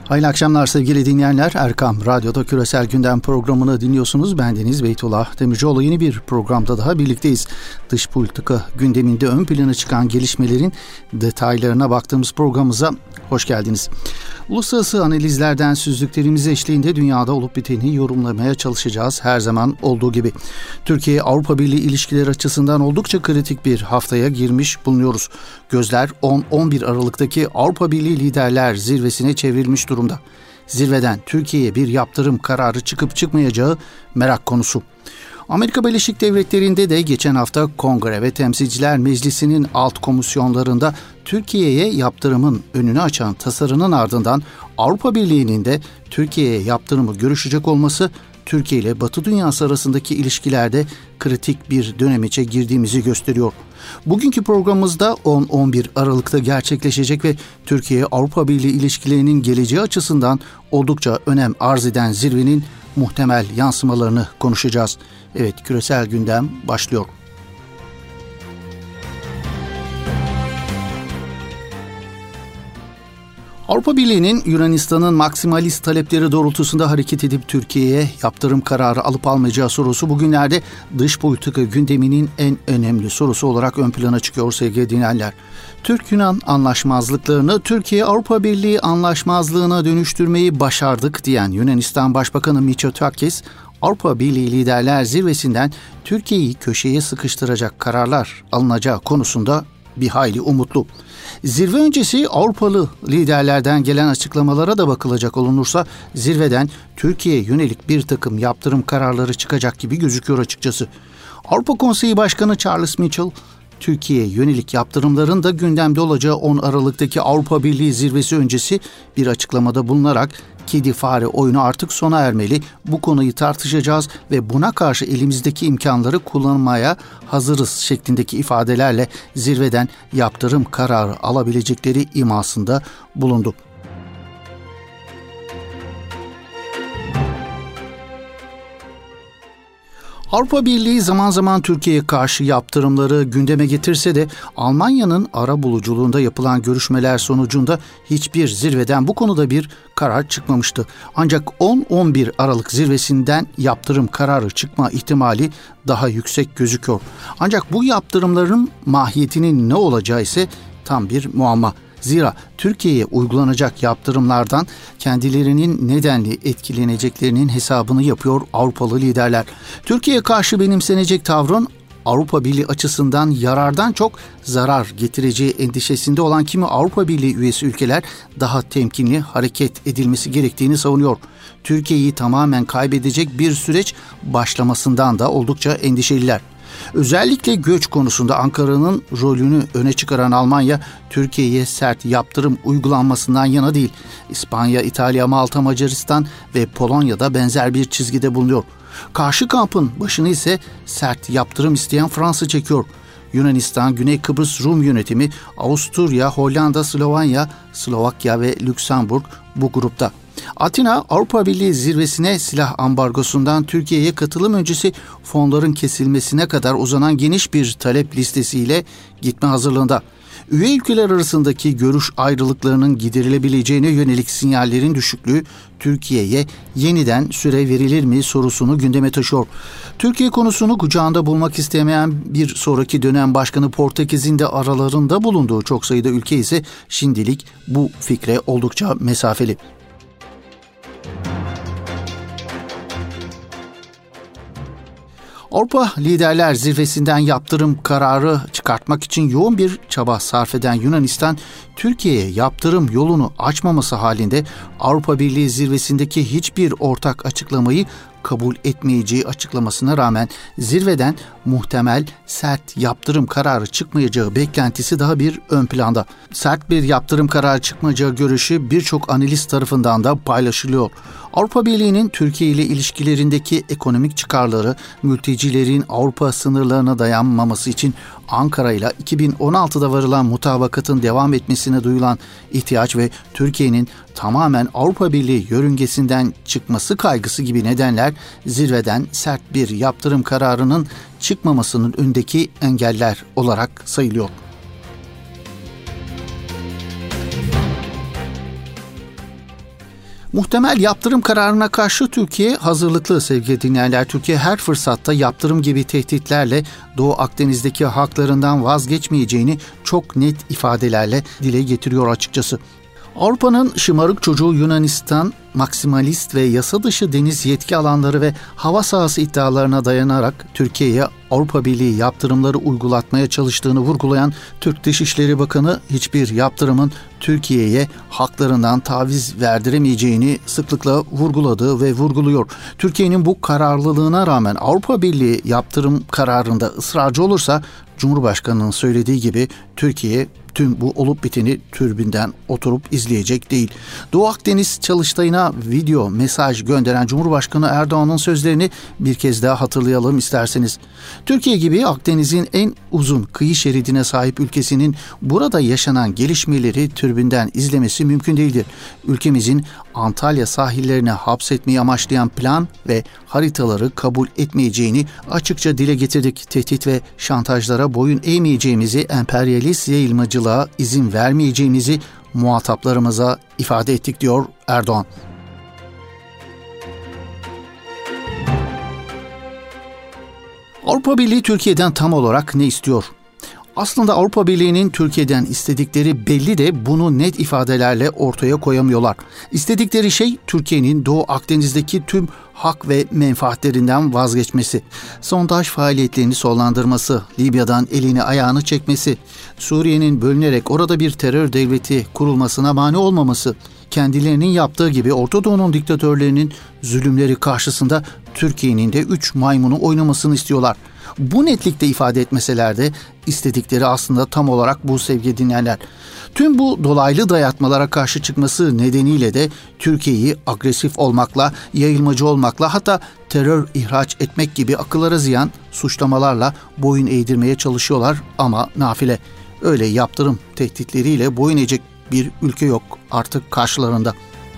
Hayırlı akşamlar sevgili dinleyenler. Erkam Radyo'da Küresel Gündem programını dinliyorsunuz. Bendeniz Beytullah Demircioğlu. Yeni bir programda daha birlikteyiz. Dış politika gündeminde ön plana çıkan gelişmelerin detaylarına baktığımız programımıza hoş geldiniz. Uluslararası analizlerden süzdüklerimiz eşliğinde dünyada olup biteni yorumlamaya çalışacağız her zaman olduğu gibi. Türkiye-Avrupa Birliği ilişkileri açısından oldukça kritik bir haftaya girmiş bulunuyoruz. Gözler 10-11 Aralık'taki Avrupa Birliği Liderler Zirvesi'ne çevrilmiş durumda. Zirveden Türkiye'ye bir yaptırım kararı çıkıp çıkmayacağı merak konusu. Amerika Birleşik Devletleri'nde de geçen hafta Kongre ve Temsilciler Meclisi'nin alt komisyonlarında Türkiye'ye yaptırımın önünü açan tasarının ardından Avrupa Birliği'nin de Türkiye'ye yaptırımı görüşecek olması Türkiye ile Batı dünyası arasındaki ilişkilerde kritik bir dönemeçe girdiğimizi gösteriyor. Bugünkü programımızda 10-11 Aralık'ta gerçekleşecek ve Türkiye-Avrupa Birliği ilişkilerinin geleceği açısından oldukça önem arz eden zirvenin muhtemel yansımalarını konuşacağız. Evet, küresel gündem başlıyor. Avrupa Birliği'nin Yunanistan'ın maksimalist talepleri doğrultusunda hareket edip Türkiye'ye yaptırım kararı alıp almayacağı sorusu bugünlerde dış politika gündeminin en önemli sorusu olarak ön plana çıkıyor sevgili dinleyenler. Türk-Yunan anlaşmazlıklarını Türkiye-Avrupa Birliği anlaşmazlığına dönüştürmeyi başardık diyen Yunanistan Başbakanı Mitsotakis, Avrupa Birliği Liderler Zirvesi'nden Türkiye'yi köşeye sıkıştıracak kararlar alınacağı konusunda bir hayli umutlu. Zirve öncesi Avrupalı liderlerden gelen açıklamalara da bakılacak olunursa zirveden Türkiye'ye yönelik bir takım yaptırım kararları çıkacak gibi gözüküyor açıkçası. Avrupa Konseyi Başkanı Charles Michel, Türkiye'ye yönelik yaptırımların da gündemde olacağı 10 Aralık'taki Avrupa Birliği zirvesi öncesi bir açıklamada bulunarak kedi fare oyunu artık sona ermeli, bu konuyu tartışacağız ve buna karşı elimizdeki imkanları kullanmaya hazırız şeklindeki ifadelerle zirveden yaptırım kararı alabilecekleri imasında bulundu. Avrupa Birliği zaman zaman Türkiye'ye karşı yaptırımları gündeme getirse de Almanya'nın arabuluculuğunda yapılan görüşmeler sonucunda hiçbir zirveden bu konuda bir karar çıkmamıştı. Ancak 10-11 Aralık zirvesinden yaptırım kararı çıkma ihtimali daha yüksek gözüküyor. Ancak bu yaptırımların mahiyetinin ne olacağı ise tam bir muamma. Zira Türkiye'ye uygulanacak yaptırımlardan kendilerinin nedenli etkileneceklerinin hesabını yapıyor Avrupalı liderler. Türkiye'ye karşı benimsenecek tavrın Avrupa Birliği açısından yarardan çok zarar getireceği endişesinde olan kimi Avrupa Birliği üyesi ülkeler daha temkinli hareket edilmesi gerektiğini savunuyor. Türkiye'yi tamamen kaybedecek bir süreç başlamasından da oldukça endişeliler. Özellikle göç konusunda Ankara'nın rolünü öne çıkaran Almanya, Türkiye'ye sert yaptırım uygulanmasından yana değil. İspanya, İtalya, Malta, Macaristan ve Polonya'da benzer bir çizgide bulunuyor. Karşı kampın başını ise sert yaptırım isteyen Fransa çekiyor. Yunanistan, Güney Kıbrıs Rum yönetimi, Avusturya, Hollanda, Slovakya ve Lüksemburg bu grupta. Atina, Avrupa Birliği zirvesine silah ambargosundan Türkiye'ye katılım öncesi fonların kesilmesine kadar uzanan geniş bir talep listesiyle gitme hazırlığında. Üye ülkeler arasındaki görüş ayrılıklarının giderilebileceğine yönelik sinyallerin düşüklüğü Türkiye'ye yeniden süre verilir mi sorusunu gündeme taşıyor. Türkiye konusunu kucağında bulmak istemeyen bir sonraki dönem başkanı Portekiz'in de aralarında bulunduğu çok sayıda ülke ise şimdilik bu fikre oldukça mesafeli. Avrupa Liderler Zirvesi'nden yaptırım kararı çıkartmak için yoğun bir çaba sarf eden Yunanistan, Türkiye'ye yaptırım yolunu açmaması halinde Avrupa Birliği zirvesindeki hiçbir ortak açıklamayı kabul etmeyeceği açıklamasına rağmen zirveden muhtemel sert yaptırım kararı çıkmayacağı beklentisi daha bir ön planda. Sert bir yaptırım kararı çıkmayacağı görüşü birçok analist tarafından da paylaşılıyor. Avrupa Birliği'nin Türkiye ile ilişkilerindeki ekonomik çıkarları, mültecilerin Avrupa sınırlarına dayanmaması için Ankara ile 2016'da varılan mutabakatın devam etmesine duyulan ihtiyaç ve Türkiye'nin tamamen Avrupa Birliği yörüngesinden çıkması kaygısı gibi nedenler zirveden sert bir yaptırım kararının çıkmamasının önündeki engeller olarak sayılıyor. Muhtemel yaptırım kararına karşı Türkiye hazırlıklı sevgili dinleyenler. Türkiye her fırsatta yaptırım gibi tehditlerle Doğu Akdeniz'deki haklarından vazgeçmeyeceğini çok net ifadelerle dile getiriyor açıkçası. Avrupa'nın şımarık çocuğu Yunanistan, maksimalist ve yasa dışı deniz yetki alanları ve hava sahası iddialarına dayanarak Türkiye'ye Avrupa Birliği yaptırımları uygulatmaya çalıştığını vurgulayan Türk Dışişleri Bakanı hiçbir yaptırımın Türkiye'ye haklarından taviz verdiremeyeceğini sıklıkla vurguladı ve vurguluyor. Türkiye'nin bu kararlılığına rağmen Avrupa Birliği yaptırım kararında ısrarcı olursa Cumhurbaşkanı'nın söylediği gibi Türkiye tüm bu olup biteni türbünden oturup izleyecek değil. Doğu Akdeniz çalıştayına video mesaj gönderen Cumhurbaşkanı Erdoğan'ın sözlerini bir kez daha hatırlayalım isterseniz. Türkiye gibi Akdeniz'in en uzun kıyı şeridine sahip ülkesinin burada yaşanan gelişmeleri türbünden izlemesi mümkün değildir. Ülkemizin Antalya sahillerine hapsetmeyi amaçlayan plan ve haritaları kabul etmeyeceğini açıkça dile getirdik. Tehdit ve şantajlara boyun eğmeyeceğimizi, emperyalist yayılmacılığa izin vermeyeceğimizi muhataplarımıza ifade ettik diyor Erdoğan. Avrupa Birliği Türkiye'den tam olarak ne istiyor? Aslında Avrupa Birliği'nin Türkiye'den istedikleri belli de bunu net ifadelerle ortaya koyamıyorlar. İstedikleri şey Türkiye'nin Doğu Akdeniz'deki tüm hak ve menfaatlerinden vazgeçmesi, sondaj faaliyetlerini sonlandırması, Libya'dan elini ayağını çekmesi, Suriye'nin bölünerek orada bir terör devleti kurulmasına mani olmaması, kendilerinin yaptığı gibi Orta Doğu'nun diktatörlerinin zulümleri karşısında Türkiye'nin de 3 maymunu oynamasını istiyorlar. Bu netlikte ifade etmeseler de istedikleri aslında tam olarak bu sevgili dinleyenler. Tüm bu dolaylı dayatmalara karşı çıkması nedeniyle de Türkiye'yi agresif olmakla, yayılmacı olmakla, hatta terör ihraç etmek gibi akıllara ziyan suçlamalarla boyun eğdirmeye çalışıyorlar ama nafile. Öyle yaptırım tehditleriyle boyun eğecek bir ülke yok artık karşılarında.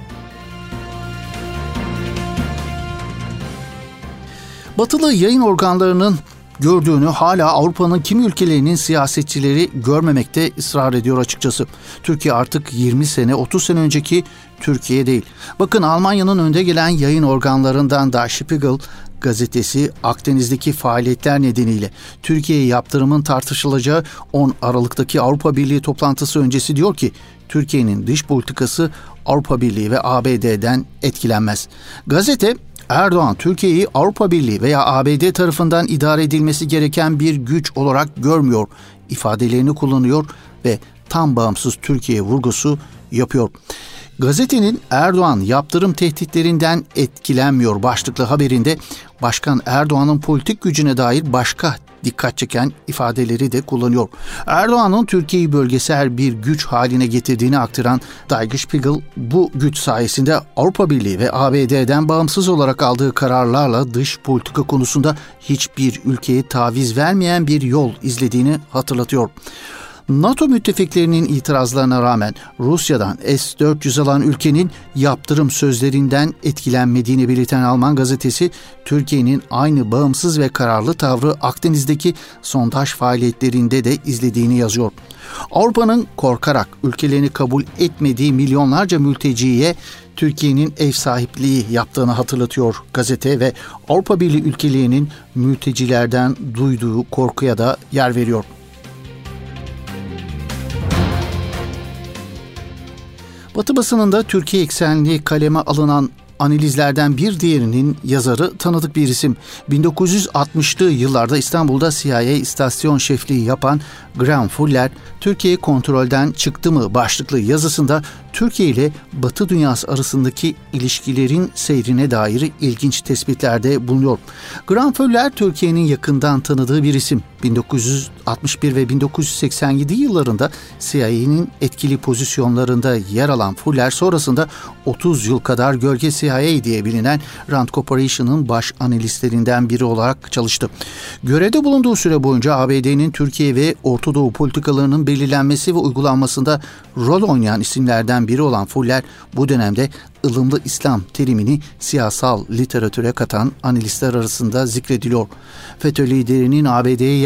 Batılı yayın organlarının gördüğünü hala Avrupa'nın kimi ülkelerinin siyasetçileri görmemekte ısrar ediyor açıkçası. Türkiye artık 20 sene, 30 sene önceki Türkiye değil. Bakın Almanya'nın önde gelen yayın organlarından Der Spiegel gazetesi Akdeniz'deki faaliyetler nedeniyle Türkiye'ye yaptırımın tartışılacağı 10 Aralık'taki Avrupa Birliği toplantısı öncesi diyor ki Türkiye'nin dış politikası Avrupa Birliği ve ABD'den etkilenmez. Gazete Erdoğan, Türkiye'yi Avrupa Birliği veya ABD tarafından idare edilmesi gereken bir güç olarak görmüyor ifadelerini kullanıyor ve tam bağımsız Türkiye vurgusu yapıyor. Gazetenin Erdoğan yaptırım tehditlerinden etkilenmiyor başlıklı haberinde Başkan Erdoğan'ın politik gücüne dair başka dikkat çeken ifadeleri de kullanıyor. Erdoğan'ın Türkiye'yi bölgesel bir güç haline getirdiğini aktaran Der Spiegel, bu güç sayesinde Avrupa Birliği ve ABD'den bağımsız olarak aldığı kararlarla dış politika konusunda hiçbir ülkeye taviz vermeyen bir yol izlediğini hatırlatıyor. NATO müttefiklerinin itirazlarına rağmen Rusya'dan S-400 alan ülkenin yaptırım sözlerinden etkilenmediğini belirten Alman gazetesi, Türkiye'nin aynı bağımsız ve kararlı tavrı Akdeniz'deki sondaj faaliyetlerinde de izlediğini yazıyor. Avrupa'nın korkarak ülkelerini kabul etmediği milyonlarca mülteciye Türkiye'nin ev sahipliği yaptığını hatırlatıyor gazete ve Avrupa Birliği ülkelerinin mültecilerden duyduğu korkuya da yer veriyor. Batı basınında Türkiye eksenli kaleme alınan analizlerden bir diğerinin yazarı tanıdık bir isim. 1960'lı yıllarda İstanbul'da CIA istasyon şefliği yapan Graham Fuller, Türkiye kontrolden çıktı mı başlıklı yazısında Türkiye ile Batı dünyası arasındaki ilişkilerin seyrine dair ilginç tespitlerde bulunuyor. Graham Fuller, Türkiye'nin yakından tanıdığı bir isim. 1961 ve 1987 yıllarında CIA'nin etkili pozisyonlarında yer alan Fuller sonrasında 30 yıl kadar gölge CIA diye bilinen Rand Corporation'ın baş analistlerinden biri olarak çalıştı. Görevde bulunduğu süre boyunca ABD'nin Türkiye ve Orta Doğu politikalarının belirlenmesi ve uygulanmasında rol oynayan isimlerden biri olan Fuller, bu dönemde ılımlı İslam terimini siyasal literatüre katan analistler arasında zikrediliyor. FETÖ liderinin ABD'ye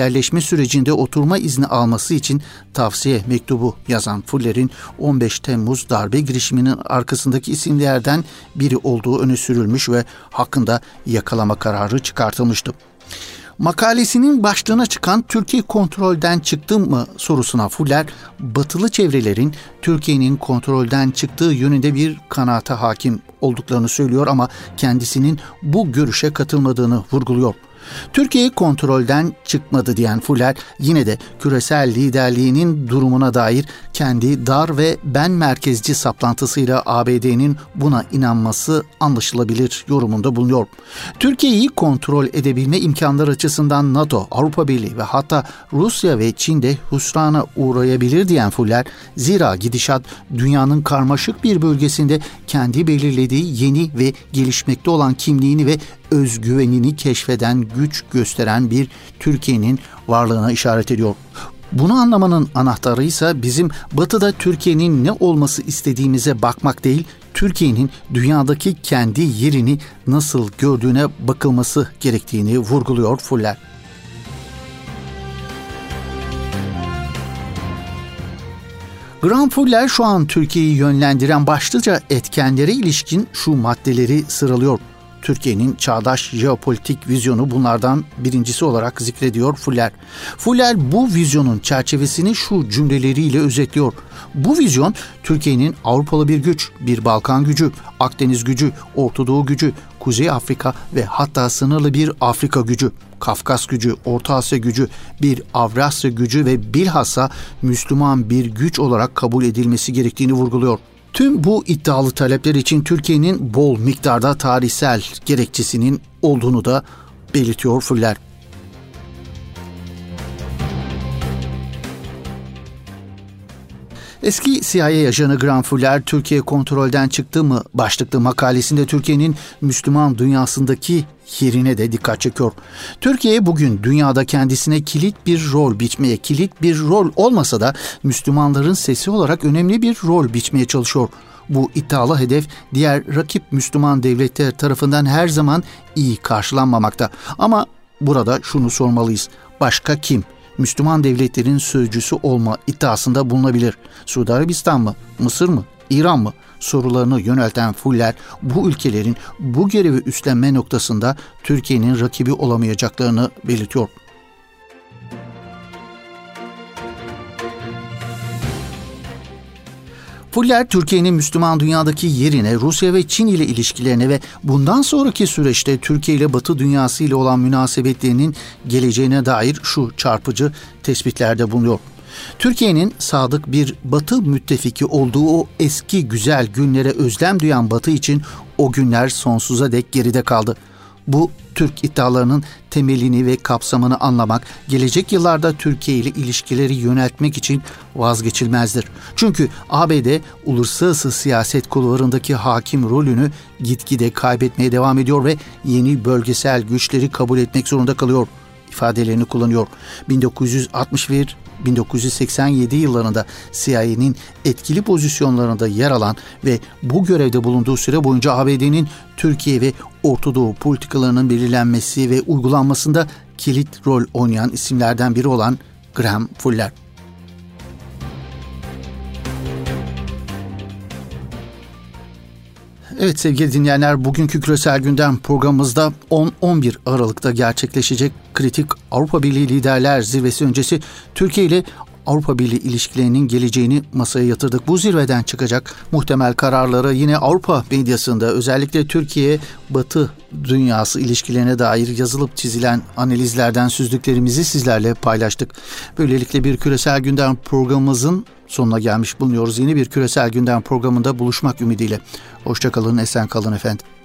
yerleşme sürecinde oturma izni alması için tavsiye mektubu yazan Fuller'in 15 Temmuz darbe girişiminin arkasındaki isimlerden biri olduğu öne sürülmüş ve hakkında yakalama kararı çıkartılmıştı. Makalesinin başlığına çıkan "Türkiye kontrolden çıktı mı?" sorusuna Fuller, batılı çevrelerin Türkiye'nin kontrolden çıktığı yönünde bir kanaate hakim olduklarını söylüyor ama kendisinin bu görüşe katılmadığını vurguluyor. Türkiye kontrolden çıkmadı diyen Fuller, yine de küresel liderliğinin durumuna dair kendi dar ve ben merkezci saplantısıyla ABD'nin buna inanması anlaşılabilir yorumunda bulunuyor. Türkiye'yi kontrol edebilme imkanları açısından NATO, Avrupa Birliği ve hatta Rusya ve Çin de hüsrana uğrayabilir diyen Fuller, zira gidişat dünyanın karmaşık bir bölgesinde kendi belirlediği yeni ve gelişmekte olan kimliğini ve özgüvenini keşfeden, güç gösteren bir Türkiye'nin varlığına işaret ediyor. Bunu anlamanın anahtarı ise bizim Batı'da Türkiye'nin ne olması istediğimize bakmak değil, Türkiye'nin dünyadaki kendi yerini nasıl gördüğüne bakılması gerektiğini vurguluyor Fuller. Graham Fuller şu an Türkiye'yi yönlendiren başlıca etkenlere ilişkin şu maddeleri sıralıyor. Türkiye'nin çağdaş jeopolitik vizyonu bunlardan birincisi olarak zikrediyor Fuller. Fuller bu vizyonun çerçevesini şu cümleleriyle özetliyor. Bu vizyon Türkiye'nin Avrupalı bir güç, bir Balkan gücü, Akdeniz gücü, Orta Doğu gücü, Kuzey Afrika ve hatta sınırlı bir Afrika gücü, Kafkas gücü, Orta Asya gücü, bir Avrasya gücü ve bilhassa Müslüman bir güç olarak kabul edilmesi gerektiğini vurguluyor. Tüm bu iddialı talepler için Türkiye'nin bol miktarda tarihsel gerekçesinin olduğunu da belirtiyor Fuller. Eski CIA ajanı Graham Fuller, "Türkiye kontrolden çıktı mı?" başlıklı makalesinde Türkiye'nin Müslüman dünyasındaki yerine de dikkat çekiyor. Türkiye bugün dünyada kendisine kilit bir rol biçmeye, kilit bir rol olmasa da Müslümanların sesi olarak önemli bir rol biçmeye çalışıyor. Bu iddialı hedef diğer rakip Müslüman devletler tarafından her zaman iyi karşılanmamakta. Ama burada şunu sormalıyız: başka kim Müslüman devletlerin sözcüsü olma iddiasında bulunabilir? Suudi Arabistan mı? Mısır mı? İran mı? Sorularını yönelten Fuller, bu ülkelerin bu görevi üstlenme noktasında Türkiye'nin rakibi olamayacaklarını belirtiyor. Fuller, Türkiye'nin Müslüman dünyadaki yerine, Rusya ve Çin ile ilişkilerine ve bundan sonraki süreçte Türkiye ile Batı dünyası ile olan münasebetlerinin geleceğine dair şu çarpıcı tespitlerde bulunuyor. Türkiye'nin sadık bir Batı müttefiki olduğu o eski güzel günlere özlem duyan Batı için o günler sonsuza dek geride kaldı. Bu Türk iddialarının temelini ve kapsamını anlamak, gelecek yıllarda Türkiye ile ilişkileri yöneltmek için vazgeçilmezdir. Çünkü ABD uluslararası siyaset kulvarındaki hakim rolünü gitgide kaybetmeye devam ediyor ve yeni bölgesel güçleri kabul etmek zorunda kalıyor ifadelerini kullanıyor. 1987 yıllarında CIA'nin etkili pozisyonlarında yer alan ve bu görevde bulunduğu süre boyunca ABD'nin Türkiye ve Orta Doğu politikalarının belirlenmesi ve uygulanmasında kilit rol oynayan isimlerden biri olan Graham Fuller. Evet sevgili dinleyenler, bugünkü Küresel Gündem programımızda 10-11 Aralık'ta gerçekleşecek kritik Avrupa Birliği Liderler Zirvesi öncesi Türkiye ile Avrupa Birliği ilişkilerinin geleceğini masaya yatırdık. Bu zirveden çıkacak muhtemel kararları yine Avrupa medyasında, özellikle Türkiye Batı dünyası ilişkilerine dair yazılıp çizilen analizlerden süzdüklerimizi sizlerle paylaştık. Böylelikle bir Küresel Gündem programımızın sonuna gelmiş bulunuyoruz. Yeni bir Küresel Gündem programında buluşmak ümidiyle. Hoşça kalın, esen kalın efendim.